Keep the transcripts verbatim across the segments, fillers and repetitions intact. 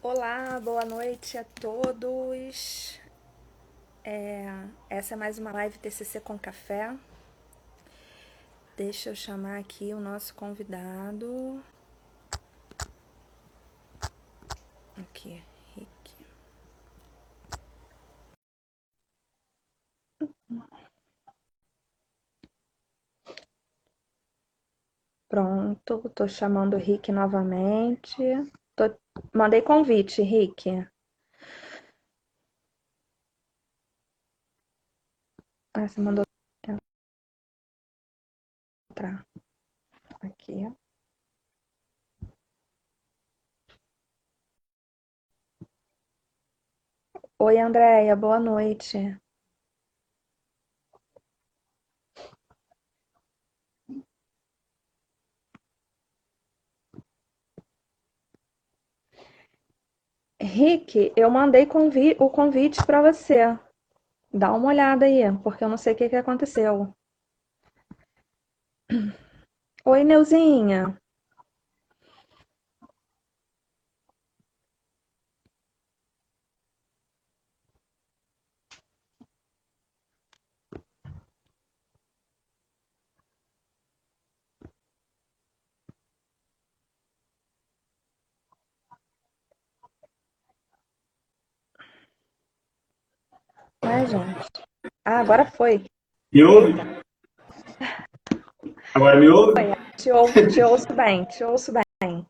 Olá, boa noite a todos. É, essa é mais uma live T C C com café. Deixa eu chamar aqui o nosso convidado. Aqui, Rick. Pronto, tô chamando o Rick novamente. Tô- Mandei convite, Rick. Ah, você mandou entrar. Aqui. Oi, Andréia, boa noite. Rick, eu mandei convi- o convite para você. Dá uma olhada aí, porque eu não sei o que que aconteceu. Oi, Neuzinha. Ué, gente. Ah, agora foi. Me ouve? Agora me ouve? Te, ou- te ouço bem, te ouço bem.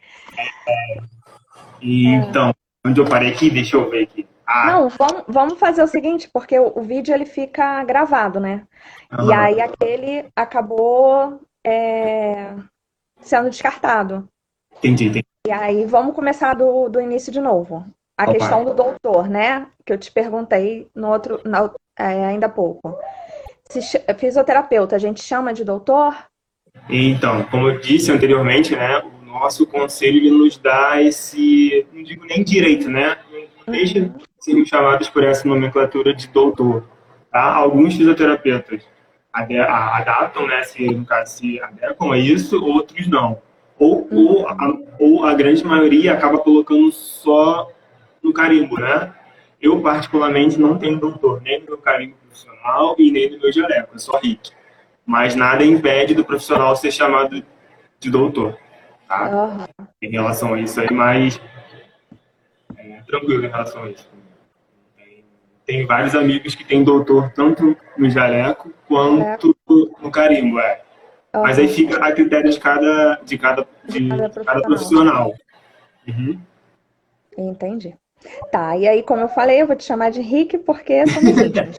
E, então, onde eu parei aqui, deixa eu ver aqui. Ah, Não, vamos, vamos fazer o seguinte, porque o, o vídeo ele fica gravado, né? E aham, aí aquele acabou é, sendo descartado. entendi, entendi. E aí vamos começar do, do início de novo. A questão Opa. do doutor, né? Que eu te perguntei no outro, na- é, ainda há pouco. Se ch- fisioterapeuta, a gente chama de doutor? Então, como eu disse anteriormente, né, o nosso conselho ele nos dá esse, não digo nem direito, né, não deixa de Uhum, sermos chamados por essa nomenclatura de doutor, tá? Alguns fisioterapeutas ade- a- adaptam, né, se, no caso, se adequam a isso, outros não. Ou, ou, a, uhum, ou a grande maioria acaba colocando só no carimbo, né? Eu, particularmente, não tenho doutor, nem no meu carimbo profissional e nem no meu jaleco, é só Rick. Mas nada impede do profissional ser chamado de doutor, tá? aham. Em relação a isso aí, mas é, tranquilo em relação a isso. Tem, tem vários amigos que têm doutor tanto no jaleco Jaleco, quanto no carimbo, é. Mas aí aham. fica a critério de cada, de cada, De de, cada de cada profissional. profissional. Uhum. Entendi. Tá, e aí, como eu falei, eu vou te chamar de Rick porque somos íntimos.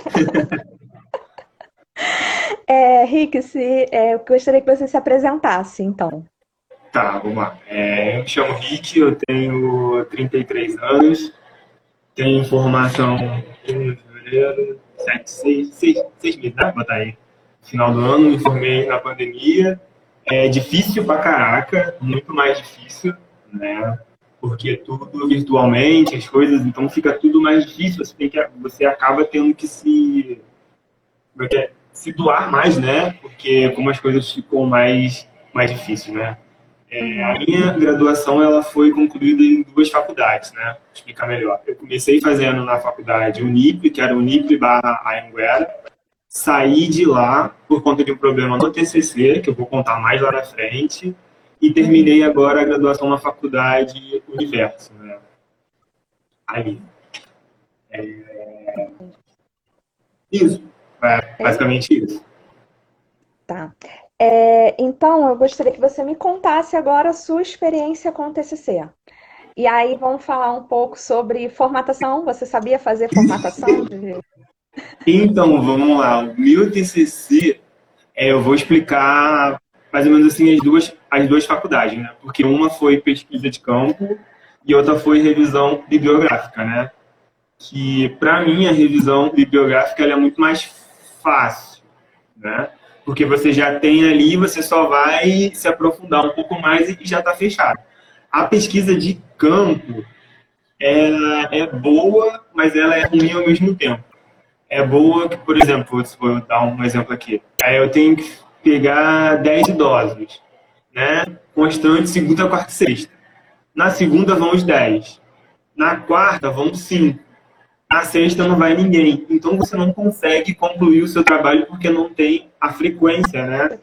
É, Rick, se, é, eu gostaria que você se apresentasse, então. Tá, vamos lá. É, eu me chamo Rick, eu tenho trinta e três anos, tenho formação em fevereiro, sete, seis, seis, seis meses, né? Botar aí. Final do ano, me formei na pandemia. É difícil pra caraca, muito mais difícil, né? Porque é tudo virtualmente, as coisas, então fica tudo mais difícil. Você, tem que, você acaba tendo que se, como é que é? Se doar mais, né? Porque como as coisas ficam mais, mais difíceis, né? É, a Uhum. minha graduação ela foi concluída em duas faculdades, né? Vou explicar melhor. Eu comecei fazendo na faculdade Unip, que era Unip barra Anhanguera. Saí de lá por conta de um problema no T C C, que eu vou contar mais lá na frente, e terminei Uhum. agora a graduação na faculdade Universo, né? Aí. Isso. É É isso? basicamente isso. Tá. É, então, eu gostaria que você me contasse agora a sua experiência com o T C C. E aí, vamos falar um pouco sobre formatação. Você sabia fazer formatação de... Então, vamos lá. O meu T C C, é, eu vou explicar mais ou menos assim as duas, as duas faculdades, né? Porque uma foi pesquisa de campo e outra foi revisão bibliográfica, né? Que, para mim, a revisão bibliográfica ela é muito mais fácil, né? Porque você já tem ali, você só vai se aprofundar um pouco mais e já está fechado. A pesquisa de campo, ela é boa, mas ela é ruim ao mesmo tempo. É boa que, por exemplo, vou dar um exemplo aqui. Aí eu tenho que pegar dez idosos, né? Constante, segunda, quarta e sexta. Na segunda vão os dez. Na quarta, vão cinco. Na sexta, não vai ninguém. Então, você não consegue concluir o seu trabalho porque não tem a frequência, né?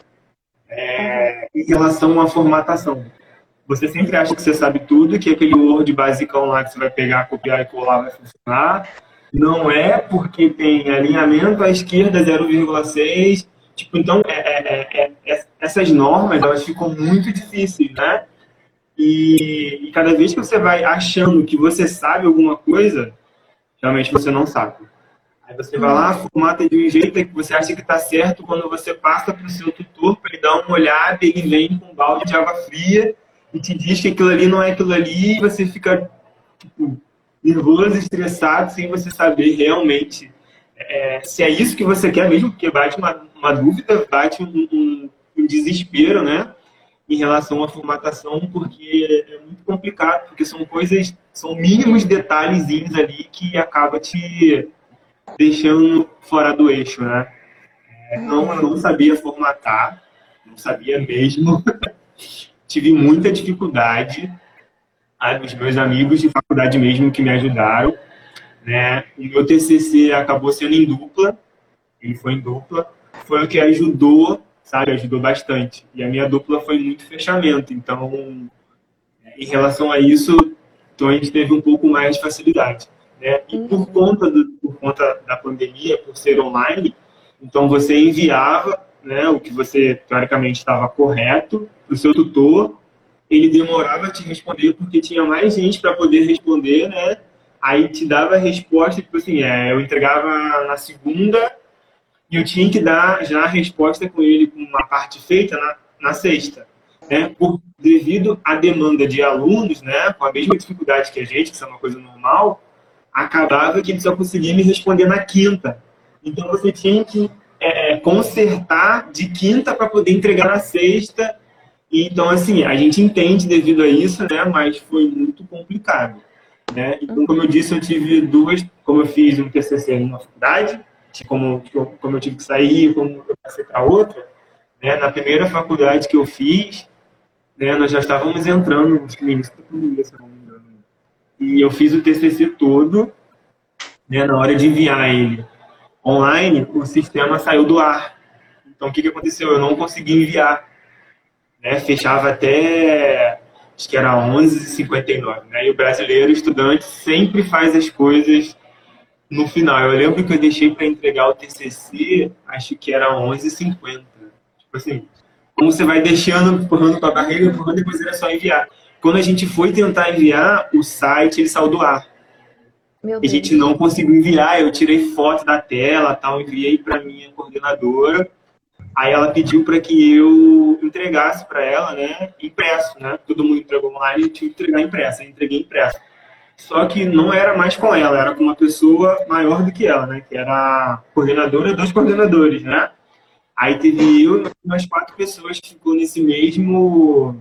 É, em relação à formatação. Você sempre acha que você sabe tudo, que aquele Word basicão lá que você vai pegar, copiar e colar vai funcionar. Não é, porque tem alinhamento à esquerda zero vírgula seis. Tipo, então, é, é, é, é, essas normas, elas ficam muito difíceis, né? E, e cada vez que você vai achando que você sabe alguma coisa, realmente você não sabe. Aí você vai lá, formata de um jeito que você acha que está certo, quando você passa para o seu tutor para ele dar uma olhada, ele vem com um balde de água fria e te diz que aquilo ali não é aquilo ali, e você fica tipo, nervoso, estressado, sem você saber realmente é, se é isso que você quer mesmo, porque bate uma, uma dúvida, bate um, um, um desespero, né? Em relação à formatação, porque é muito complicado, porque são coisas, são mínimos detalhezinhos ali que acaba te deixando fora do eixo, né? É, não, eu não sabia formatar, não sabia mesmo. Tive muita dificuldade. Ah, os meus amigos de faculdade mesmo que me ajudaram, né? O meu T C C acabou sendo em dupla, ele foi em dupla, foi o que ajudou, sabe? Ajudou bastante. E a minha dupla foi muito fechamento, então, em relação a isso, então a gente teve um pouco mais de facilidade. Né? E por conta, do, por conta da pandemia, por ser online, então você enviava, né, o que você teoricamente estava correto para o seu tutor, ele demorava a te responder porque tinha mais gente para poder responder, né? Aí te dava a resposta, tipo assim, é, eu entregava na segunda e eu tinha que dar já a resposta com ele com uma parte feita na, na sexta. Né? Por, devido à demanda de alunos, né, com a mesma dificuldade que a gente, que isso é uma coisa normal, acabava que ele só conseguia me responder na quinta. Então, você tinha que é, consertar de quinta para poder entregar na sexta. E, então, assim, a gente entende devido a isso, né? Mas foi muito complicado. Né? Então, como eu disse, eu tive duas... Como eu fiz um T C C em uma faculdade, como, como eu tive que sair, como eu passei para outra, né? Na primeira faculdade que eu fiz, né, nós já estávamos entrando no início da pandemia, se não me engano. E eu fiz o T C C todo, né, na hora de enviar ele online, o sistema saiu do ar. Então, o que, que aconteceu? Eu não consegui enviar. Né? Fechava até, acho que era onze e cinquenta e nove. Né? E o brasileiro, o estudante, sempre faz as coisas no final. Eu lembro que eu deixei para entregar o T C C, acho que era onze e cinquenta. Tipo assim, como você vai deixando, empurrando para a barriga, empurrando, depois era só enviar. Quando a gente foi tentar enviar, o site ele saiu do ar. Meu A Deus. gente não conseguiu enviar, eu tirei foto da tela, tal, enviei para minha coordenadora. Aí ela pediu para que eu entregasse para ela, né, impresso, né? Todo mundo entregou online e eu tive que entregar impresso. Eu entreguei impresso. Só que não era mais com ela, era com uma pessoa maior do que ela, né? Que era a coordenadora dos coordenadores, né? Aí teve eu e umas quatro pessoas que ficou nesse mesmo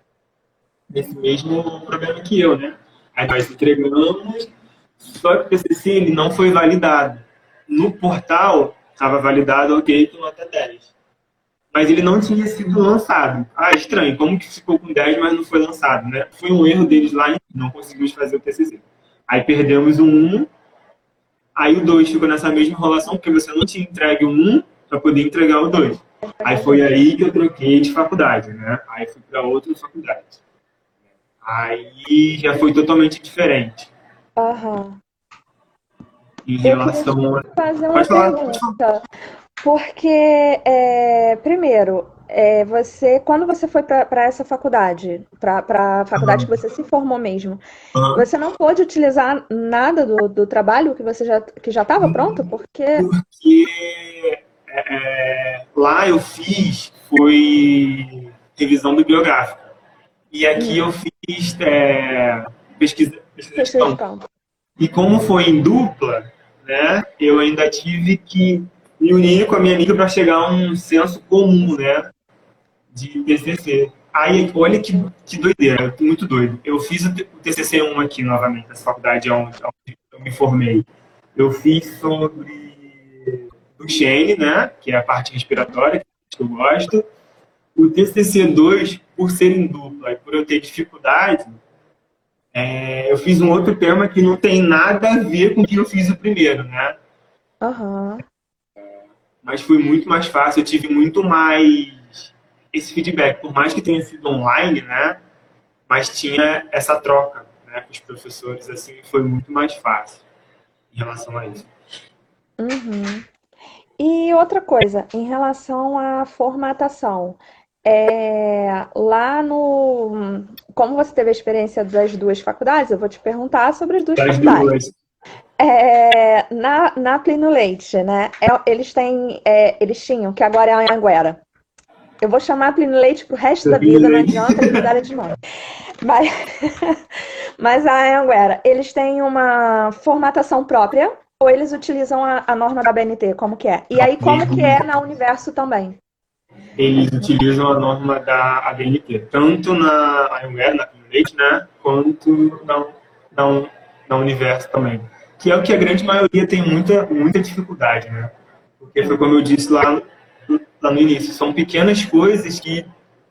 nesse mesmo problema que eu, né? Aí nós entregamos, só que o P C C ele não foi validado. No portal estava validado ok com nota dez. Mas ele não tinha sido lançado. Ah, estranho, como que ficou com dez, mas não foi lançado, né? Foi um erro deles lá e não conseguimos fazer o T C C. Aí perdemos o um, aí o dois ficou nessa mesma enrolação, porque você não tinha entregue o um para poder entregar o dois. Aí foi aí que eu troquei de faculdade, né? Aí fui para outra faculdade. Aí já foi totalmente diferente. Aham. Em Eu queria te relação a... fazer uma Pode falar, pode falar. pergunta. Porque, é, primeiro, é, você, quando você foi para essa faculdade, para a faculdade Uhum. que você se formou mesmo, Uhum. você não pôde utilizar nada do, do trabalho que você já que já estava pronto? Porque. Porque é, lá eu fiz foi revisão bibliográfica. E aqui Hum, eu fiz é, pesquisa, pesquisa de pesquisa de campo. campo. E como foi em dupla, né, eu ainda tive que me unir com a minha amiga para chegar a um senso comum, né, de T C C. Aí, olha que, que doideira, muito doido. Eu fiz o T C C um aqui novamente, nessa faculdade onde, onde eu me formei. Eu fiz sobre o Duchenne, né, que é a parte respiratória, que eu gosto. O T C C dois, por ser em dupla e por eu ter dificuldade, é, eu fiz um outro tema que não tem nada a ver com o que eu fiz o primeiro, né? Aham. Mas foi muito mais fácil, eu tive muito mais esse feedback, por mais que tenha sido online, né? Mas tinha essa troca, né, com os professores, assim, foi muito mais fácil em relação a isso. Uhum. E outra coisa, em relação à formatação, é, lá no. Como você teve a experiência das duas faculdades, eu vou te perguntar sobre as duas Das faculdades. duas. É, na, na Plínio Leite, né? é- eles têm, é, eles tinham, que agora é a Anhanguera. Eu vou chamar Plínio Leite pro resto da vida, não adianta eles mudarem de nome. Mas, mas a Anhanguera, eles têm uma formatação própria ou eles utilizam a, a norma da B N T? Como que é? E aí, como que é na Universo também? Eles utilizam a norma da A B N T, tanto na Anhanguera, na Community, né, quanto na, na, na Universo também. Que é o que a grande maioria tem muita, muita dificuldade, né? Porque foi como eu disse lá, lá no início, são pequenas coisas que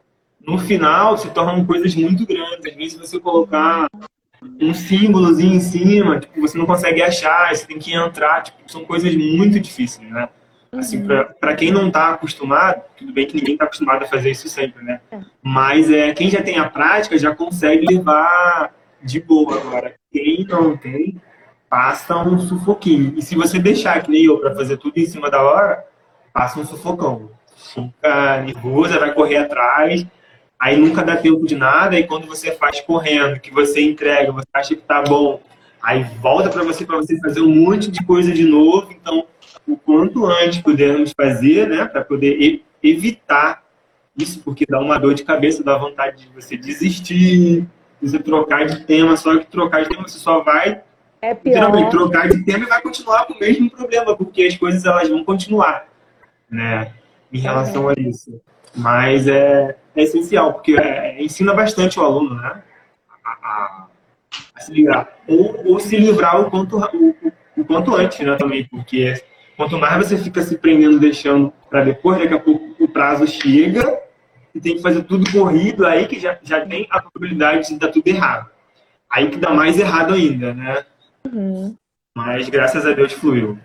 no final se tornam coisas muito grandes. Às vezes você colocar um símbolozinho em cima, tipo, você não consegue achar, você tem que entrar, tipo, são coisas muito difíceis, né? Assim, para quem não está acostumado, tudo bem que ninguém está acostumado a fazer isso sempre, né? Mas é, quem já tem a prática já consegue levar de boa. Agora, quem não tem, passa um sufoquinho. E se você deixar, que nem eu, para fazer tudo em cima da hora, passa um sufocão. Fica nervosa, vai correr atrás, aí nunca dá tempo de nada, e quando você faz correndo, que você entrega, você acha que tá bom, aí volta para você, para você fazer um monte de coisa de novo. Então, o quanto antes pudermos fazer, né, para poder e- evitar isso, porque dá uma dor de cabeça, dá vontade de você desistir, de você trocar de tema, só que trocar de tema você só vai, É literalmente, pior. trocar de tema e vai continuar com o mesmo problema, porque as coisas elas vão continuar, né, em relação a isso. Mas é, é essencial, porque é, ensina bastante o aluno, né, a, a- a se livrar. Ou, ou se livrar o quanto, o, o- o quanto antes, né, também, porque quanto mais você fica se prendendo, deixando para depois, daqui a pouco o prazo chega e tem que fazer tudo corrido, aí que já, já tem a probabilidade de dar tudo errado. Aí que dá mais errado ainda, né? Uhum. Mas graças a Deus fluiu.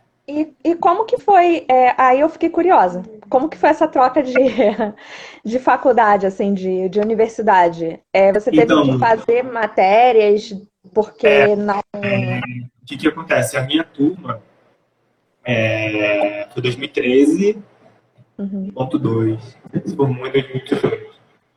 E, e como que foi? É, aí eu fiquei curiosa. Como que foi essa troca de, de faculdade, assim, de, de universidade? É, você teve que Então, fazer matérias porque não. o que, que acontece? A minha turma é, foi dois mil e treze Uhum. ponto dois, se formou em dois mil e dezoito.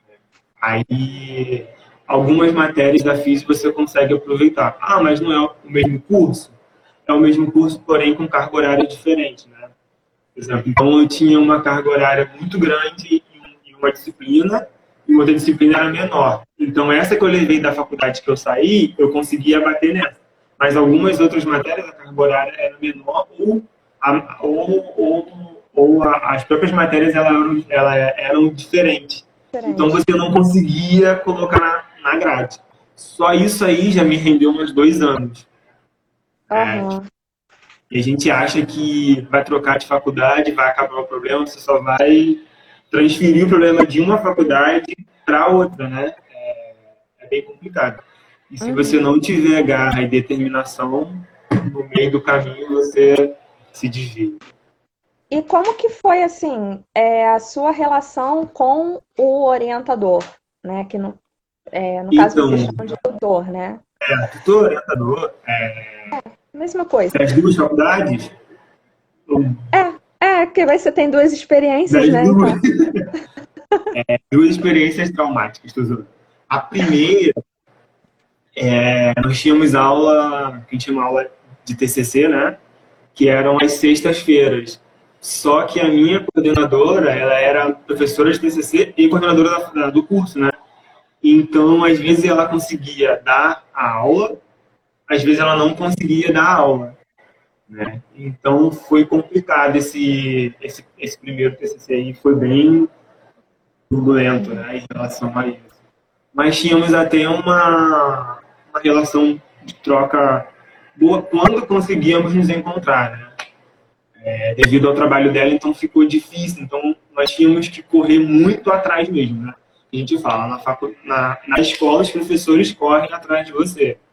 Aí, algumas matérias da física você consegue aproveitar. Ah, mas não é o mesmo curso? É o mesmo curso, porém com carga horária diferente, né? Por exemplo, então eu tinha uma carga horária muito grande em uma disciplina e outra disciplina era menor. Então essa que eu levei da faculdade que eu saí, eu conseguia bater nessa. Mas algumas outras matérias a carga horária era menor ou, a, ou, ou, ou a, as próprias matérias elas eram, elas eram diferentes. Então Diferente. você não conseguia colocar na, na grade. Só isso aí já me rendeu uns dois anos. É, Aham. e a gente acha que vai trocar de faculdade, vai acabar o problema, você só vai transferir o problema de uma faculdade para outra, né? É, é bem complicado. E se você Uhum. não tiver garra e determinação, no meio do caminho você se desvia. E como que foi, assim, é, a sua relação com o orientador, né? Que no, é, no caso Então, vocês chamam de tutor, né? tutor, orientador, é, Mesma coisa. das duas faculdades, É, é, porque você tem duas experiências, das né? duas, Então. duas experiências traumáticas, tô zoando. A primeira, é, nós tínhamos aula, a gente chama aula de T C C, né? Que eram às sextas-feiras. Só que a minha coordenadora, ela era professora de T C C e coordenadora da, da, do curso, né? Então, às vezes ela conseguia dar a aula, às vezes ela não conseguia dar a aula, né? Então, foi complicado esse, esse, esse primeiro T C C aí, foi bem turbulento, né, em relação a isso. Mas tínhamos até uma, uma relação de troca boa quando conseguíamos nos encontrar, né? É, devido ao trabalho dela, então ficou difícil. Então, nós tínhamos que correr muito atrás mesmo, né? A gente fala, na, facu... na, na escola, os professores correm atrás de você.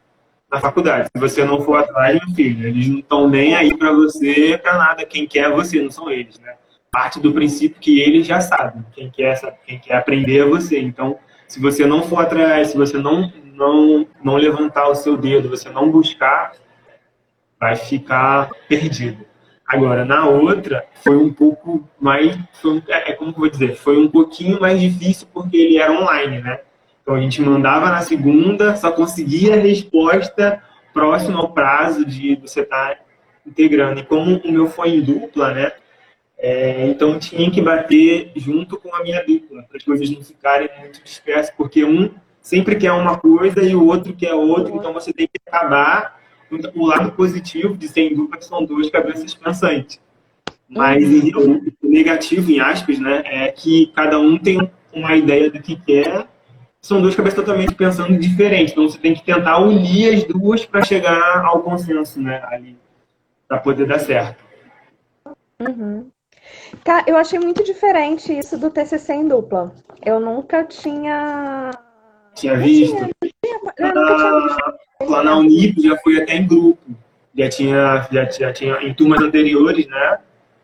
na faculdade. Se você não for atrás, meu filho, eles não estão nem aí para você, para nada. Quem quer é você, não são eles, né? Parte do princípio que eles já sabem. Quem quer, quem quer aprender é você. Então, se você não for atrás, se você não, não, não levantar o seu dedo, você não buscar, vai ficar perdido. Agora, na outra, foi um pouco mais, foi, é como que eu vou dizer, foi um pouquinho mais difícil porque ele era online, né? Então a gente mandava na segunda, só conseguia a resposta próxima ao prazo de você estar integrando. E como o meu foi em dupla, né? É, então tinha que bater junto com a minha dupla, para as coisas não ficarem muito dispersas, porque um sempre quer uma coisa e o outro quer outra, então você tem que acabar o lado positivo de ser em dupla, que são duas cabeças pensantes. Mas uhum. o negativo, em aspas, né, é que cada um tem uma ideia do que quer, são duas cabeças totalmente pensando diferente, então você tem que tentar unir as duas para chegar ao consenso, né, ali, para poder dar certo. Uhum. Cara, eu achei muito diferente isso do T C C em dupla. Eu nunca tinha... Tinha visto? Tinha, eu nunca tinha visto. Lá na Unip já foi até em grupo. Já tinha, já, já tinha em turmas anteriores, né?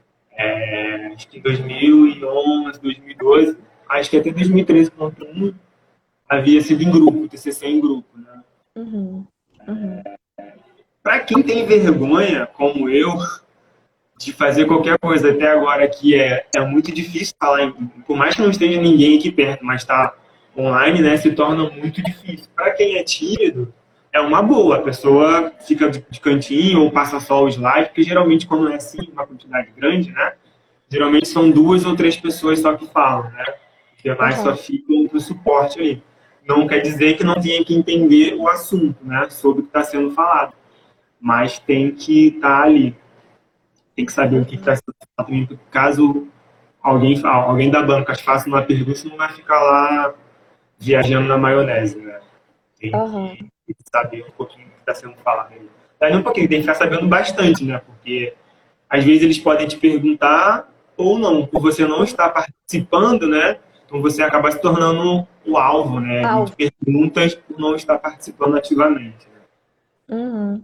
É, acho que em dois mil e onze, dois mil e doze, acho que até dois mil e treze ponto um havia sido em grupo, T C C em grupo, né? Uhum. Uhum. Para quem tem vergonha, como eu, de fazer qualquer coisa até agora que é, é muito difícil falar, em, por mais que não esteja ninguém aqui perto, mas está online, né, se torna muito difícil. Para quem é tímido, é uma boa, a pessoa fica de, de cantinho ou passa só o slide, porque geralmente quando é assim, uma quantidade grande, né, geralmente são duas ou três pessoas só que falam, né, os demais uhum. só ficam para o suporte aí. Não quer dizer que não tenha que entender o assunto, né, sobre o que está sendo falado, mas tem que estar tá ali. Tem que saber o que está sendo falado. Caso alguém, alguém da banca faça uma pergunta, você não vai ficar lá viajando na maionese, né? Tem uhum. que saber um pouquinho o que está sendo falado. Daí um pouquinho, tem que ficar sabendo bastante, né? Porque às vezes eles podem te perguntar ou não, por você não estar participando, né? Então você acaba se tornando o alvo, né? Alvo. De perguntas por não estar participando ativamente. Né? Uhum.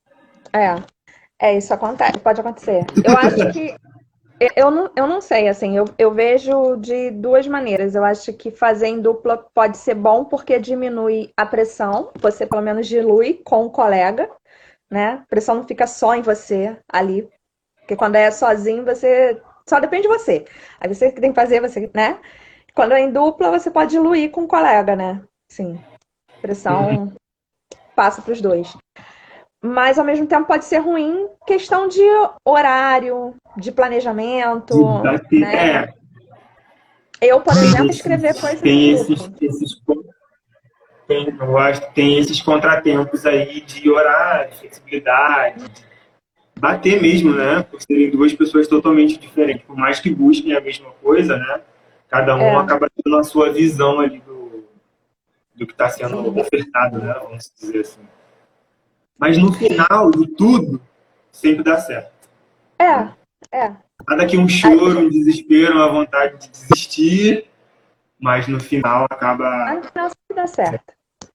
É. É, isso acontece, pode acontecer. Eu acho que eu não, eu não sei, assim, eu, eu vejo de duas maneiras. Eu acho que fazer em dupla pode ser bom porque diminui a pressão, você pelo menos dilui com o colega, né? A pressão não fica só em você ali. Porque quando é sozinho, você só depende de você. Aí você tem que fazer, você, né? Quando é em dupla, você pode diluir com o colega, né? Sim. Pressão passa para os dois. Mas, ao mesmo tempo, pode ser ruim questão de horário, de planejamento. De né? É. Eu, por exemplo, escrever coisas tem esses, esses tem, eu acho que tem esses contratempos aí de horário, flexibilidade, de bater mesmo, né? Por serem duas pessoas totalmente diferentes. Por mais que busquem a mesma coisa, né? Cada um é. acaba tendo a sua visão ali do, do que está sendo Sim. ofertado, né? Vamos dizer assim. Mas no final de tudo, sempre dá certo. É, é. Nada que um choro, um desespero, uma vontade de desistir, mas no final acaba... No final sempre dá certo.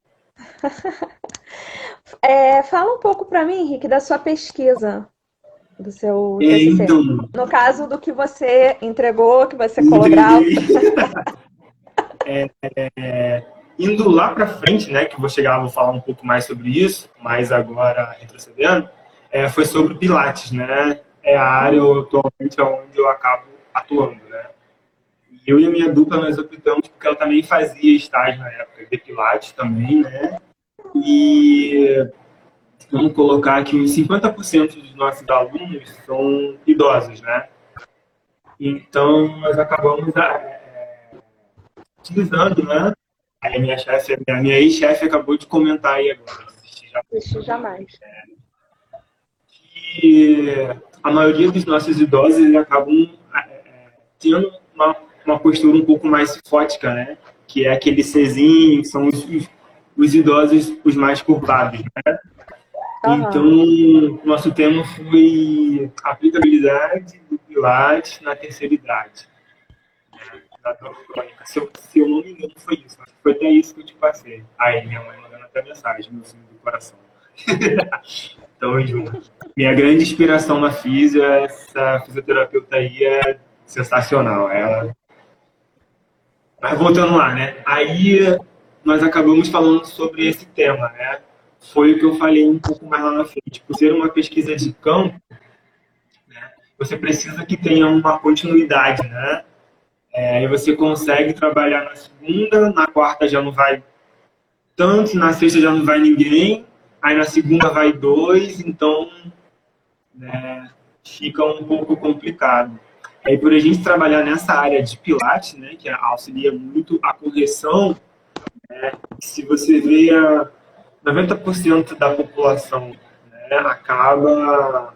É, fala um pouco para mim, Henrique, da sua pesquisa, do seu T C C. Então, no caso do que você entregou, que você colocou. é, é, indo lá para frente, né, que vou chegar, vou falar um pouco mais sobre isso, mas agora retrocedendo, é, foi sobre Pilates, né? É a área atualmente onde eu acabo atuando, né? E eu e a minha dupla nós optamos porque ela também fazia estágio na época de Pilates também, né? E vamos colocar que uns cinquenta por cento dos nossos alunos são idosos, né? Então nós acabamos é, utilizando, né? A minha chefe, a minha ex-chefe acabou de comentar aí agora. Existe jamais. É, que a maioria dos nossos idosos eles acabam é, tendo uma, uma postura um pouco mais cifótica, né? Que é aquele Czinho, que são os, os, os idosos os mais curvados, né? Uhum. Então, nosso tema foi aplicabilidade do Pilates na terceira idade. Da dor crônica. Se eu, se eu não me engano, foi isso. Foi até isso que eu te passei. Aí, minha mãe mandando até mensagem no fundo do coração. Tamo junto. Minha grande inspiração na físio, essa fisioterapeuta aí é sensacional. Ela... Mas voltando lá, né? Aí nós acabamos falando sobre esse tema, né? Foi o que eu falei um pouco mais lá na frente. Por ser uma pesquisa de campo, você precisa que tenha uma continuidade, né? É, e você consegue trabalhar na segunda, na quarta já não vai tanto, na sexta já não vai ninguém, aí na segunda vai dois, então, né, fica um pouco complicado. Aí por a gente trabalhar nessa área de Pilates, né, que auxilia muito a correção, né, se você vê a noventa por cento da população, né, acaba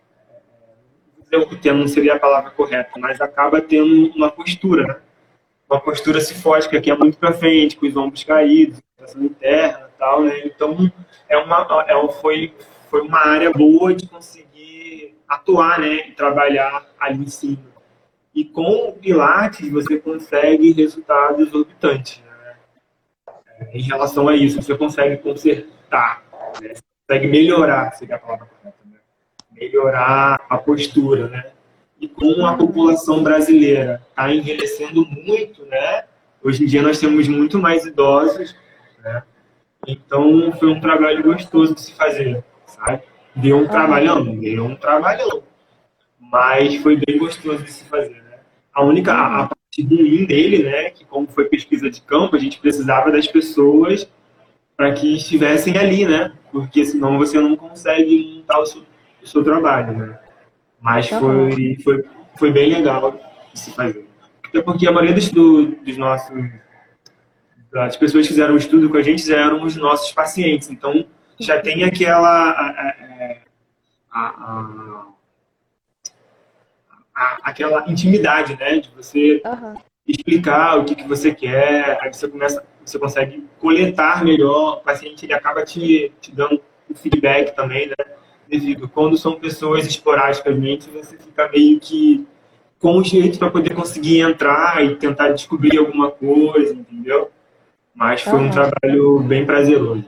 tendo, não seria a palavra correta, mas acaba tendo uma postura, né? Uma postura cifótica, que é muito para frente, com os ombros caídos, tração interna e tal, né? Então, é uma, é, foi, foi uma área boa de conseguir atuar, né? E trabalhar ali em cima. E com o Pilates, você consegue resultados exorbitantes, né? Em relação a isso, você consegue consertar, né? Você consegue melhorar, seria a palavra correta, né? Melhorar a postura, né? E como a população brasileira está envelhecendo muito, né? Hoje em dia nós temos muito mais idosos, né? Então foi um trabalho gostoso de se fazer, sabe? Deu um trabalhão, deu um trabalhão, mas foi bem gostoso de se fazer, né? A única a, a parte ruim dele, né? Que como foi pesquisa de campo, a gente precisava das pessoas para que estivessem ali, né? Porque senão você não consegue montar o seu, o seu trabalho, né? Mas foi, foi, foi bem legal de se fazer. Até porque a maioria dos, dos nossos... das pessoas que fizeram o estudo com a gente já eram os nossos pacientes. Então, já tem aquela... A, a, a, a, aquela intimidade, né? De você uhum. explicar o que, que você quer. Aí você, começa, você consegue coletar melhor. O paciente ele acaba te, te dando o feedback também, né? Devido quando são pessoas esporadicamente, você fica meio que com um jeito para poder conseguir entrar e tentar descobrir alguma coisa, entendeu? Mas foi uhum. um trabalho bem prazeroso.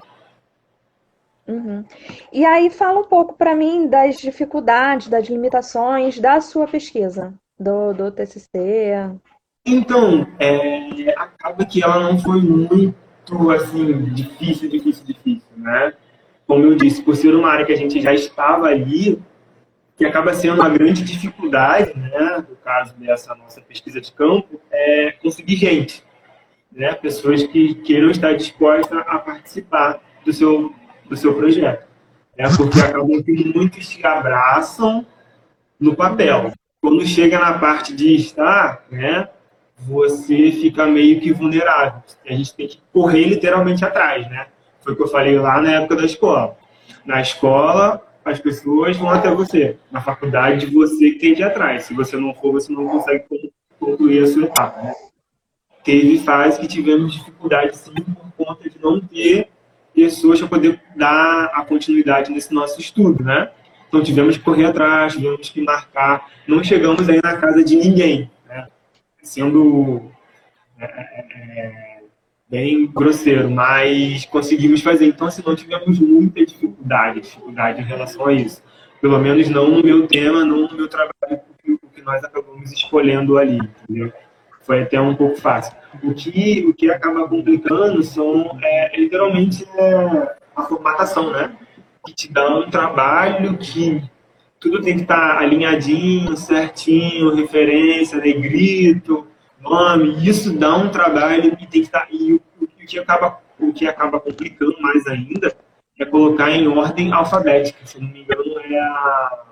Uhum. E aí fala um pouco para mim das dificuldades, das limitações da sua pesquisa, do, do T C C. Então, é, acaba que ela não foi muito assim, difícil, difícil, difícil, né? Como eu disse, por ser uma área que a gente já estava ali, que acaba sendo uma grande dificuldade, né, no caso dessa nossa pesquisa de campo, é conseguir gente, né, pessoas que queiram estar dispostas a participar do seu, do seu projeto. Né, porque acabam que muitos te abraçam no papel. Quando chega na parte de estar, né, você fica meio que vulnerável. A gente tem que correr literalmente atrás, né? Foi o que eu falei lá na época da escola. Na escola, as pessoas vão até você. Na faculdade, você que tem que ir atrás. Se você não for, você não consegue concluir a sua etapa, né? Teve fases que tivemos dificuldade, sim, por conta de não ter pessoas para poder dar a continuidade nesse nosso estudo, né? Então, tivemos que correr atrás, tivemos que marcar. Não chegamos aí na casa de ninguém, né? Sendo... É, é, bem grosseiro, mas conseguimos fazer. Então, assim, não tivemos muita dificuldade, dificuldade em relação a isso. Pelo menos não no meu tema, não no meu trabalho, o que nós acabamos escolhendo ali, entendeu? Foi até um pouco fácil. O que, o que acaba complicando são, é, literalmente, é, a formatação, né? Que te dá um trabalho que tudo tem que estar alinhadinho, certinho, referência, negrito, nome, isso dá um trabalho que tem que estar. E o, o, que acaba, o que acaba complicando mais ainda é colocar em ordem alfabética. Se não me engano, é, a,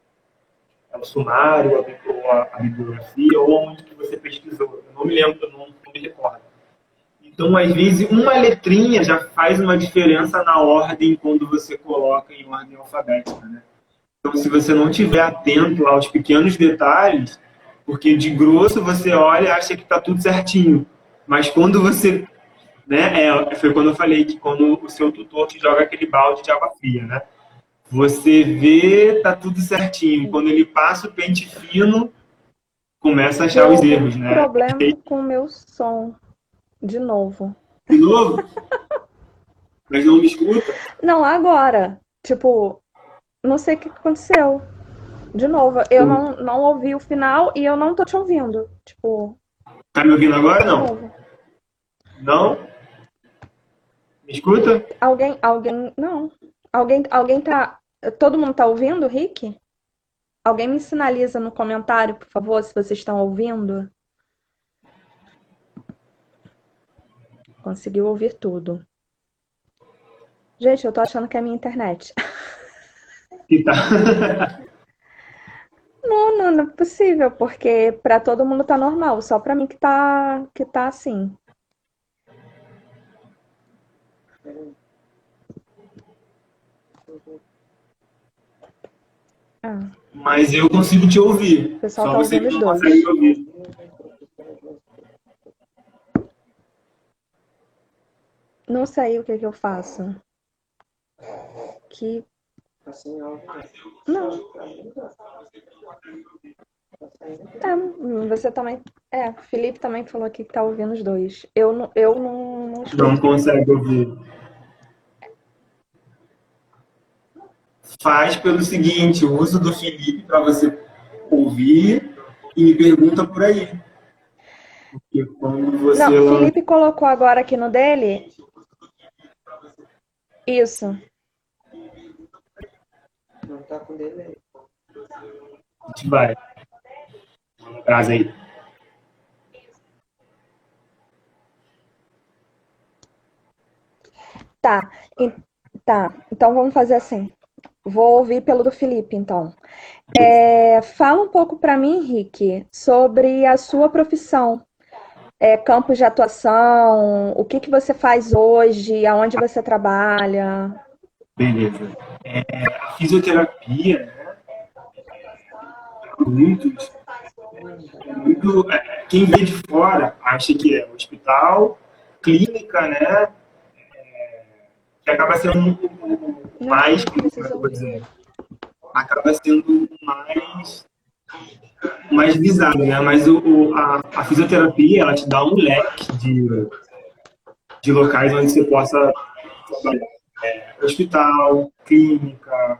é o sumário, a, ou a, a bibliografia, ou onde que você pesquisou. Eu não me lembro, não, não me recordo. Então, às vezes, uma letrinha já faz uma diferença na ordem quando você coloca em ordem alfabética, né? Então, se você não estiver atento aos pequenos detalhes, porque de grosso você olha e acha que está tudo certinho. Mas quando você... Né, é, foi quando eu falei que quando o seu tutor te joga aquele balde de água fria, né? Você vê, tá tudo certinho. Quando ele passa o pente fino, começa a achar eu os erros, né? Problema com o meu som. De novo. De novo? Mas não me escuta? Não, agora. Tipo, não sei o que aconteceu. De novo, eu não, não ouvi o final e eu não tô te ouvindo. Tipo, Tá me ouvindo agora? de Não. novo. Não? Me escuta? Alguém, alguém, não. Alguém, alguém tá. Todo mundo tá ouvindo, Rick? Alguém me sinaliza no comentário, por favor, se vocês estão ouvindo. Conseguiu ouvir tudo. Gente, eu tô achando que é a minha internet. Que tá. Não, não, não é possível, porque pra todo mundo tá normal, só pra mim que tá, que tá assim. Ah, Mas eu consigo te ouvir. o pessoal Só tá você ouvindo que os não dois. consegue me ouvir. Não sei o que que eu faço. Que. Não. É, você também. É, o Felipe também falou aqui que tá ouvindo os dois. Eu não, eu não, não Não escuto. consegue ouvir. Faz pelo seguinte, o uso do Felipe para você ouvir e me pergunta por aí. Porque quando você Não, lança, Felipe colocou agora aqui no dele. Isso. a gente vai. Traz aí. Tá. E- tá. Então vamos fazer assim. Vou ouvir pelo do Felipe, então. É, fala um pouco para mim, Henrique, sobre a sua profissão, é, campos de atuação, o que que você faz hoje, aonde você trabalha. Beleza. É, a fisioterapia, né? Muitos, muito, é, quem vê de fora acha que é hospital, clínica, né? Que acaba sendo um- um- Não, mais, não como é que precisa eu vou ouvir. dizer, acaba sendo mais mais visado, né? Mas o, o- a, a fisioterapia, ela te dá um leque de, de locais onde você possa trabalhar. Hospital, clínica,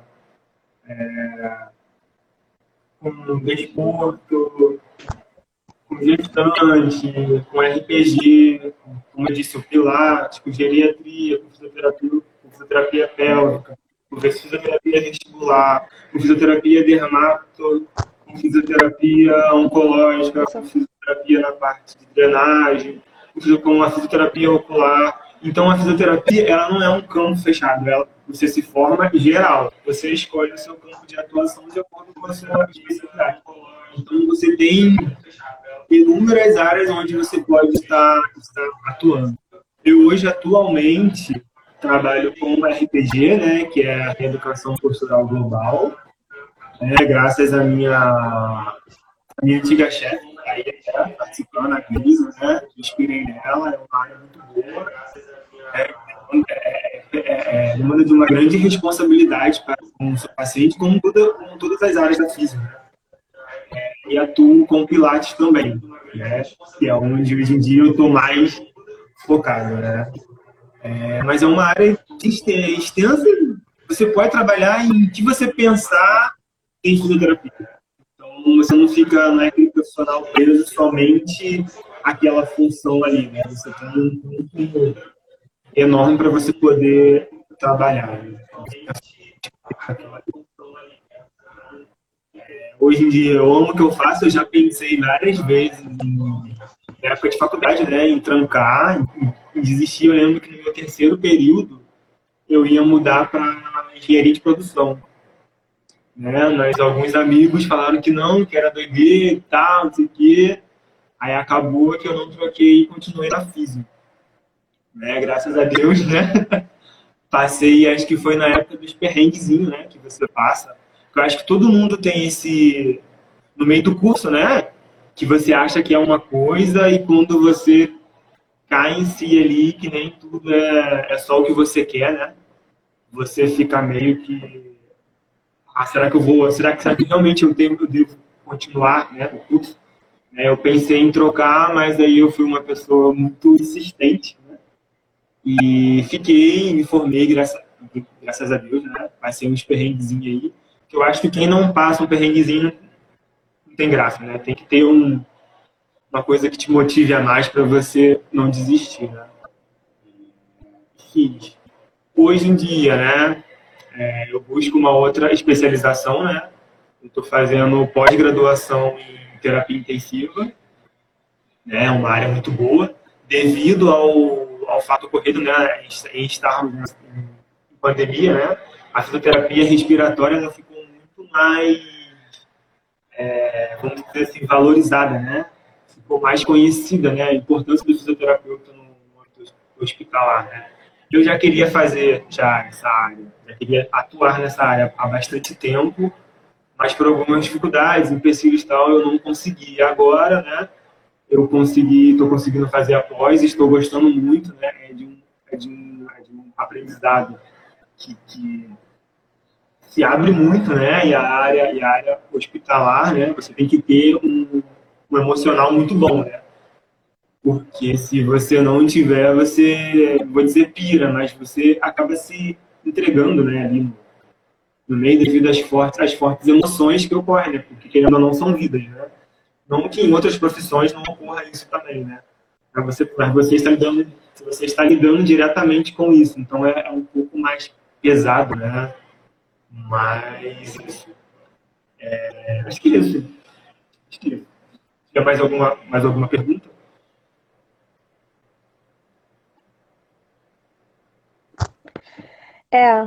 com desporto, com gestante, com R P G, como eu disse, o Pilates, com geriatria, com fisioterapia, com fisioterapia pélvica, com fisioterapia vestibular, com fisioterapia dermato, com fisioterapia oncológica, com fisioterapia na parte de drenagem, com a fisioterapia ocular. Então, a fisioterapia, ela não é um campo fechado, ela, você se forma geral. Você escolhe o seu campo de atuação de acordo com a sua especialidade. Então, você tem inúmeras áreas onde você pode estar, estar atuando. Eu hoje, atualmente, trabalho com o R P G, né, que é a Reeducação Postural Global, né, graças à minha, à minha antiga chefe, a Ieda, participando, a Grisa, né, me inspirei nela, é uma área muito boa, é, é, é, é, demanda de uma grande responsabilidade para com o seu paciente, como, toda, como todas as áreas da física, né? E atuo com Pilates também, né? Que é onde hoje em dia eu estou mais focado, né? É, mas é uma área extensa, você pode trabalhar em que você pensar em fisioterapia. Então você não fica, não é aquele profissional preso somente àquela função ali, né? Você tem um campo enorme para você poder trabalhar. Né? Hoje em dia eu amo o que eu faço, eu já pensei várias vezes em, na época de faculdade, né, em trancar, em, em desistir. Eu lembro que no meu terceiro período eu ia mudar para engenharia de produção. Né? Mas alguns amigos falaram que não, que era doideira e tal, não sei o quê. Aí acabou que eu não troquei e continuei na física. Né? Graças a Deus, né? Passei, acho que foi na época dos perrenguezinhos, né? Que você passa. Eu acho que todo mundo tem esse, no meio do curso, né? Que você acha que é uma coisa e quando você cai em si ali, que nem tudo é, é só o que você quer, né? Você fica meio que, ah, será que eu vou, será que, será que realmente eu, tenho, eu devo continuar, né, o curso? É, eu pensei em trocar, mas aí eu fui uma pessoa muito insistente, né? E fiquei, me formei, graças, graças a Deus, né? Passei uns perrenguezinhos aí, que eu acho que quem não passa um perrenguezinho não tem graça, né? Tem que ter um, uma coisa que te motive a mais para você não desistir, né? Fiz. Hoje em dia, né? É, eu busco uma outra especialização, né? Eu estou fazendo pós-graduação em terapia intensiva, né? Uma área muito boa, devido ao, ao fato ocorrido, né? Em estarmos em pandemia, né? A fisioterapia respiratória ela ficou muito mais, é, vamos dizer assim, valorizada, né? Ficou mais conhecida, né? A importância do fisioterapeuta no, no hospitalar, né? Eu já queria fazer já essa área, já queria atuar nessa área há bastante tempo, mas por algumas dificuldades, empecilhos e tal, eu não consegui. Agora, né? Eu consegui, estou conseguindo fazer após, estou gostando muito, né? É de um, é de um, é de um aprendizado que, que se abre muito, né? E a área, e a área hospitalar, né? Você tem que ter um, um emocional muito bom, né? Porque se você não tiver, você, vou dizer pira, mas você acaba se entregando, né? Ali no, no meio devido às fortes, às fortes emoções que ocorrem, né? Porque querendo ou não são vidas, né? Não que em outras profissões não ocorra isso também, né? Mas você, mas você está lidando, você está lidando diretamente com isso, então é, é um pouco mais pesado, né? Mas isso. É, acho que é isso. Acho que é isso. Tem mais alguma, mais alguma pergunta? É,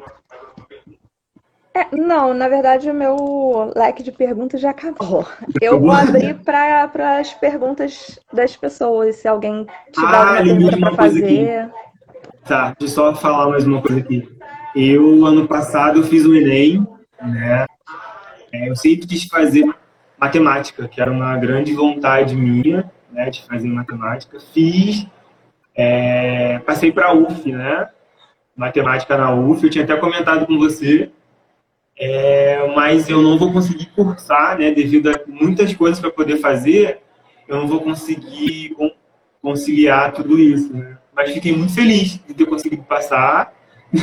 é, não, na verdade o meu leque de perguntas já acabou. Eu vou Acabou? abrir para as perguntas das pessoas, se alguém tiver Ah, alguma lembrei pergunta de para uma coisa aqui. fazer. Tá, deixa eu só falar mais uma coisa aqui. Eu, ano passado, eu fiz o Enem, né? Eu sempre quis fazer matemática, que era uma grande vontade minha, né, de fazer matemática. Fiz, é, passei para a U F, né? Matemática na U F, eu tinha até comentado com você, é, mas eu não vou conseguir cursar, né? Devido a muitas coisas para poder fazer, eu não vou conseguir con conciliar tudo isso, né? Mas fiquei muito feliz de ter conseguido passar.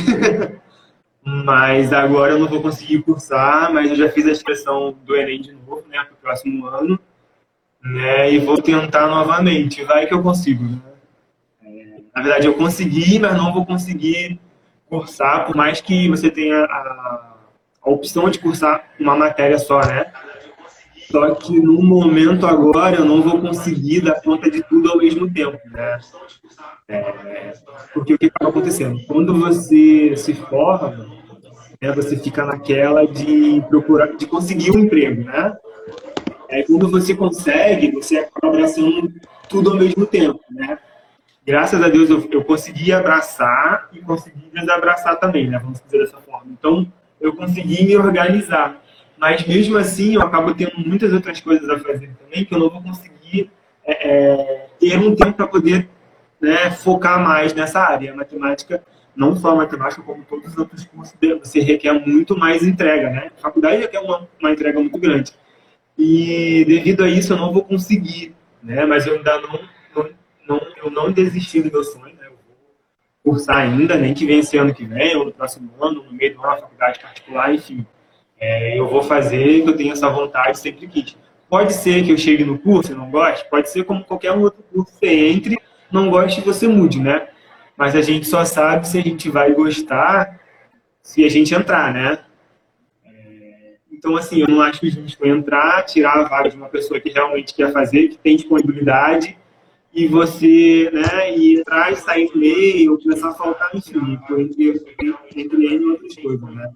Mas agora eu não vou conseguir cursar, mas eu já fiz a inscrição do Enem de novo, né, para o próximo ano, né, e vou tentar novamente. Vai que eu consigo, né? Na verdade, eu consegui, mas não vou conseguir cursar, por mais que você tenha a, a opção de cursar uma matéria só, né? Só que no momento agora eu não vou conseguir dar conta de tudo ao mesmo tempo, né? É, porque o que está acontecendo? Quando você se forma, né, você fica naquela de procurar, de conseguir um emprego, né? Aí quando você consegue, você acaba abraçando tudo ao mesmo tempo, né? Graças a Deus eu, eu consegui abraçar e consegui desabraçar também, né? Vamos dizer dessa forma. Então eu consegui me organizar, mas mesmo assim eu acabo tendo muitas outras coisas a fazer também que eu não vou conseguir é, é, ter um tempo para poder, né, focar mais nessa área. A matemática, não só a matemática, como todos os outros cursos, você requer muito mais entrega, né? A faculdade requer uma, uma entrega muito grande. E devido a isso eu não vou conseguir, né? Mas eu ainda não, não, não, eu não desisti do meu sonho, né? Eu vou cursar ainda, nem que venha esse ano que vem, ou no próximo ano, no meio de uma faculdade particular, enfim. É, eu vou fazer, que eu tenho essa vontade, sempre quis. Pode ser que eu chegue no curso e não goste, pode ser como qualquer um outro curso, você entre, não goste e você mude, né? Mas a gente só sabe se a gente vai gostar se a gente entrar, né? Então, assim, eu não acho justo entrar, tirar a vaga de uma pessoa que realmente quer fazer, que tem disponibilidade, e você, né, e entrar e sair do meio, ou começar a faltar, enfim, entre, entre N e outras coisas, né?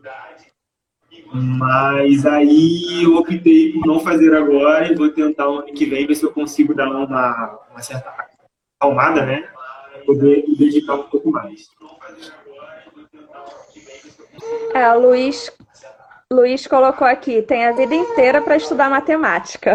Mas aí eu optei por não fazer agora e vou tentar o ano que vem ver se eu consigo dar uma, uma certa acalmada, né? Para poder me dedicar um pouco mais. É, o Luiz, Luiz colocou aqui, tem a vida inteira para estudar matemática.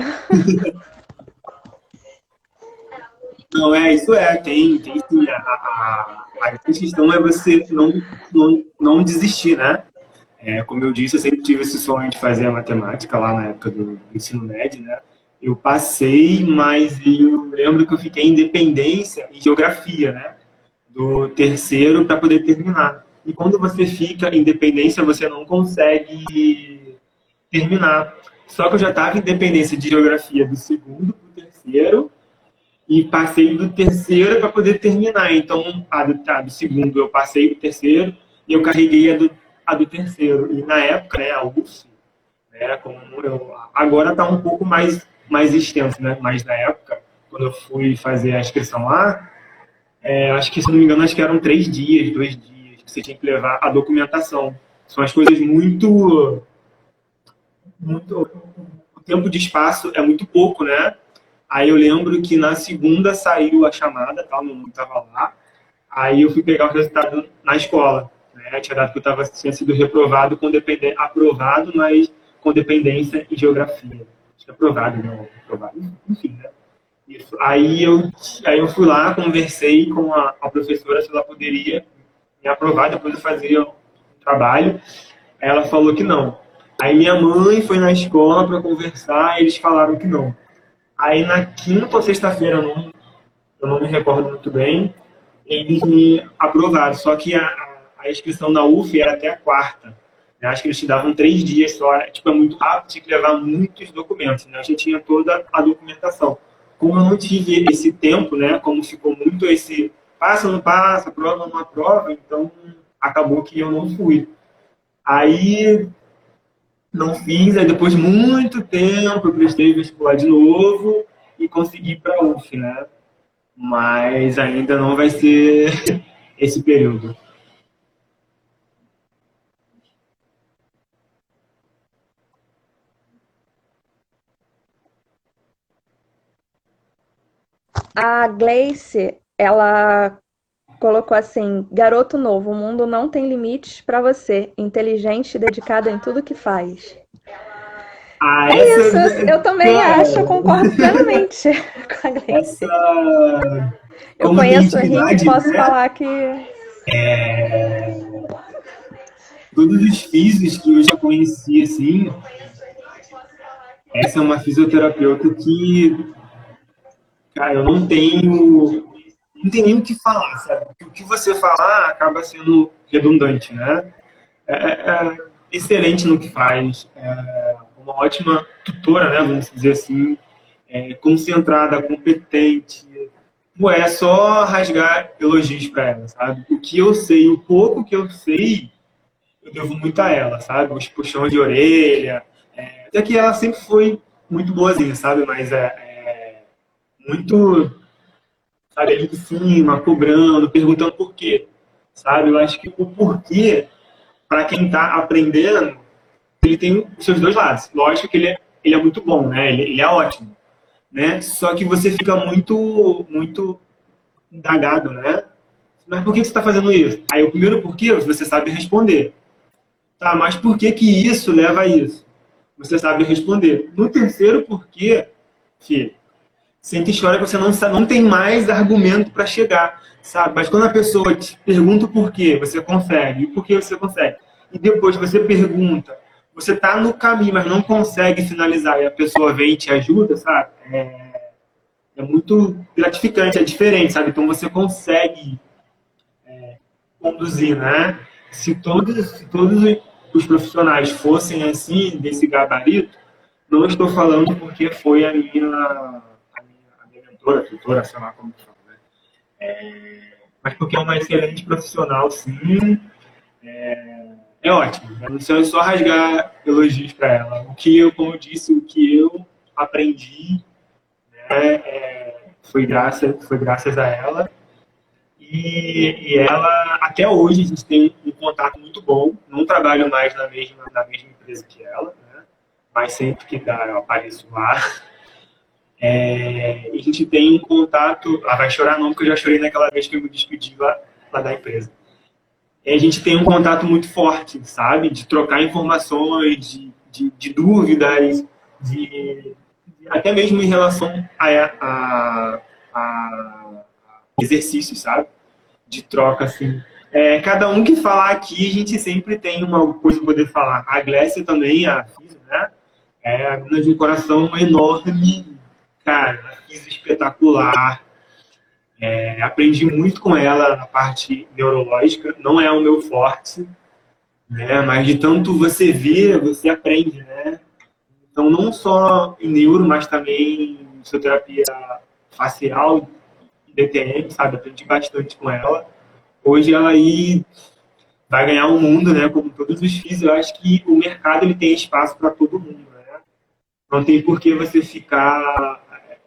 Não, é, isso é, tem, tem sim. A, a, a questão é você não, não, não desistir, né? É, como eu disse, eu sempre tive esse sonho de fazer a matemática lá na época do, do ensino médio, né? Eu passei, mas eu lembro que eu fiquei em dependência em geografia, né? do terceiro para poder terminar. E quando você fica em dependência, você não consegue terminar. Só que eu já estava em dependência de geografia do segundo para o terceiro e passei do terceiro para poder terminar. Então, a do, a do segundo eu passei do terceiro e eu carreguei a do, a do terceiro. E na época, né, a U F, né, como eu, agora está um pouco mais, mais extenso, né? Mas na época, quando eu fui fazer a inscrição lá, é, acho que, se não me engano, acho que eram três dias, dois dias, que você tinha que levar a documentação. São as coisas muito... muito o tempo de espaço é muito pouco, né? Aí eu lembro que na segunda saiu a chamada, tal, meu nome estava lá. Aí eu fui pegar o resultado na escola, né? Tinha dado que eu tava, tinha sido reprovado com dependência, aprovado, mas com dependência em geografia. Acho que aprovado, não, aprovado, enfim, né? Isso. Aí eu, aí eu fui lá, conversei com a, a professora se ela poderia me aprovar, depois eu fazia um trabalho. Aí ela falou que não. Aí minha mãe foi na escola para conversar e eles falaram que não. Aí na quinta ou sexta-feira, eu não, eu não me recordo muito bem, eles me aprovaram. Só que a, a inscrição na U F era até a quarta. Né? Acho que eles te davam três dias só. Tipo, é muito rápido, tinha que levar muitos documentos. Né? Eu já tinha toda a documentação. Como eu não tive esse tempo, né? Como ficou muito esse passa, não passa, prova, não aprova, então acabou que eu não fui. Aí não fiz, aí depois de muito tempo eu prestei vestibular de novo e consegui ir para a U F, né? Mas ainda não vai ser esse período. A Gleice, ela colocou assim: garoto novo, o mundo não tem limites para você, inteligente e dedicado em tudo que faz. Ah, É essa, isso, eu também cara, acho, eu concordo plenamente com a Gleice. essa, Eu como tem conheço a Rink e intimidade, posso né? falar que Todos os físicos que eu já conheci, assim, essa é uma fisioterapeuta que, cara, eu não tenho, não tenho nem o que falar, sabe? O que você falar acaba sendo redundante, né? É, é é excelente no que faz, é uma ótima tutora, né? Vamos dizer assim, é concentrada, competente. Pô, é só rasgar elogios para ela, sabe? O que eu sei, o pouco que eu sei, eu devo muito a ela, sabe? Os puxões de orelha. É, até que ela sempre foi muito boazinha, sabe? Mas é, é muito, sabe, ali de cima, cobrando, perguntando por quê, sabe? Eu acho que o porquê, para quem está aprendendo, ele tem os seus dois lados. Lógico que ele é, ele é muito bom, né? Ele, ele é ótimo, né? Só que você fica muito, muito indagado, né? Mas por que você está fazendo isso? Aí o primeiro porquê você sabe responder. Tá, mas por que que isso leva a isso? Você sabe responder. No terceiro porquê, filho, sente história que você não, sabe, não tem mais argumento para chegar, sabe? Mas quando a pessoa te pergunta o porquê, você consegue. E o porquê você consegue. E depois você pergunta, você está no caminho, mas não consegue finalizar, e a pessoa vem e te ajuda, sabe? É, é muito gratificante, é diferente, sabe? Então você consegue conduzir, né? Se todos, se todos os profissionais fossem assim, desse gabarito, não estou falando porque foi a minha, a minha, a minha mentora, tutora, sei lá como que fala, né? É, mas porque é uma excelente profissional, sim. É, é ótimo. Não sei só rasgar elogios para ela. O que eu, como eu disse, o que eu aprendi, né, é, foi, graças, foi graças a ela. E, e ela, até hoje, a gente tem um contato muito bom. Não trabalho mais na mesma, na mesma empresa que ela, né? Mas sempre que dá, eu apareço lá. É, e a gente tem um contato. Ela vai chorar, não, porque eu já chorei naquela vez que eu me despedi lá, lá da empresa. E a gente tem um contato muito forte, sabe? De trocar informações, de, de, de dúvidas, de, de, até mesmo em relação a, a, a exercícios, sabe? De troca, assim. É, cada um que falar aqui, a gente sempre tem uma coisa para poder falar. A Glécia também, a Fisa, né? É a menina de um coração enorme, cara, a Fisa espetacular. É, aprendi muito com ela na parte neurológica, não é o meu forte, né? Mas de tanto você ver, você aprende, né? Então, não só em neuro, mas também em fisioterapia facial e D T M, sabe? Aprendi bastante com ela. Hoje ela aí vai ganhar o mundo, né? Como todos os físicos, eu acho que o mercado ele tem espaço para todo mundo, né? Não tem por que você ficar.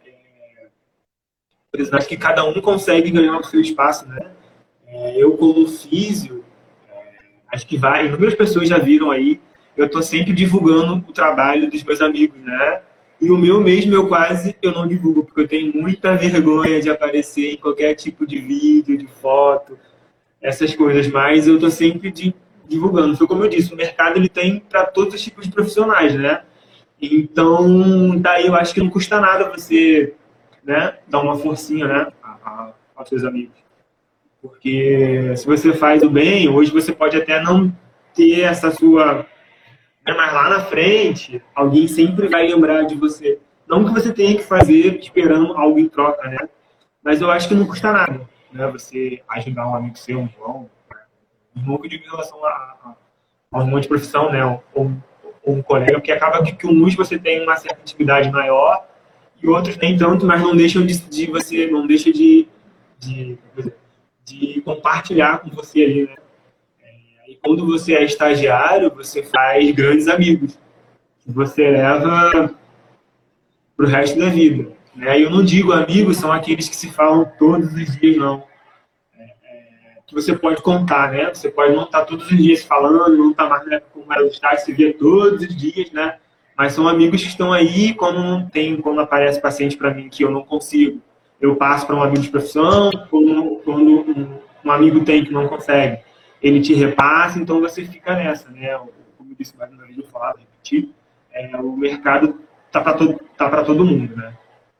Por exemplo, acho que cada um consegue ganhar o seu espaço, né? É, eu, como físio, acho que vai, inúmeras pessoas já viram aí, eu estou sempre divulgando o trabalho dos meus amigos, né? E o meu mesmo, eu quase eu não divulgo, porque eu tenho muita vergonha de aparecer em qualquer tipo de vídeo, de foto, essas coisas, mas eu estou sempre de, divulgando. Foi como eu disse, o mercado ele tem para todos os tipos de profissionais, né? Então, daí eu acho que não custa nada você, né, dar uma forcinha, né, a, a, aos seus amigos. Porque se você faz o bem, hoje você pode até não ter essa sua. Mas lá na frente, alguém sempre vai lembrar de você. Não que você tenha que fazer esperando algo em troca, né? Mas eu acho que não custa nada, né? Você ajudar um amigo seu, um irmão, um irmão que eu digo em relação a, a, a um monte de profissão, né? Ou, ou um colega, porque acaba que, que uns você tem uma certa intimidade maior e outros nem tanto, mas não deixam de, de você, não deixa de, de, de compartilhar com você ali, né? E quando você é estagiário, você faz grandes amigos, que você leva para o resto da vida. Né? E eu não digo amigos, são aqueles que se falam todos os dias, não. Que você pode contar, né? Você pode não estar todos os dias falando, não estar mais na época como era o estágio, se vê todos os dias, né? Mas são amigos que estão aí quando não tem, quando aparece paciente para mim que eu não consigo. Eu passo para um amigo de profissão, quando, quando um, um amigo tem que não consegue, ele te repassa, então você fica nessa, né? Como eu disse mais uma vez, eu falava, repetir, é, o mercado tá para todo, tá para todo mundo, né?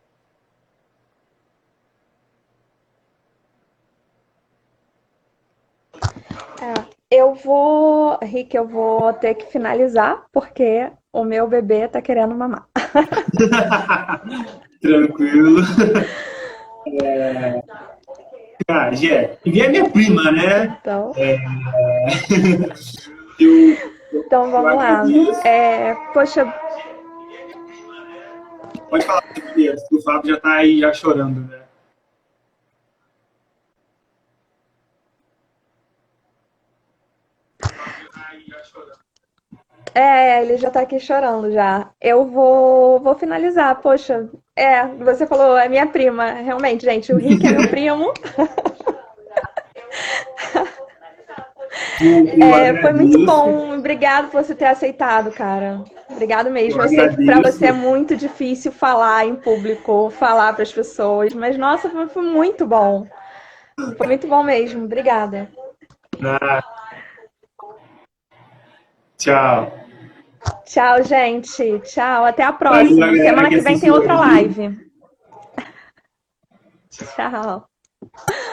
É, eu vou, Rick, eu vou ter que finalizar, porque o meu bebê tá querendo mamar. Tranquilo. É... Ah, Gé, e é minha prima, né? Então, É... eu, eu, então eu vamos lá. agradeço. É, poxa, Pode falar sobre isso, que o Fábio já tá aí já chorando, né? é, ele já tá aqui chorando já. Eu vou, vou finalizar. Poxa, é, você falou, é minha prima. Realmente, gente, o Rick é meu primo. Eu, eu É, foi muito agradeço, bom. Obrigado por você ter aceitado, cara. Obrigado eu mesmo. Eu sei que pra você é agradeço. muito difícil falar em público, falar para as pessoas, mas nossa, foi, foi muito bom. Foi muito bom mesmo. Obrigada. Ah, tchau. Tchau, gente. Tchau. Até a Valeu, próxima. galera Semana que que vem tem assistiu outra aí. live. Tchau.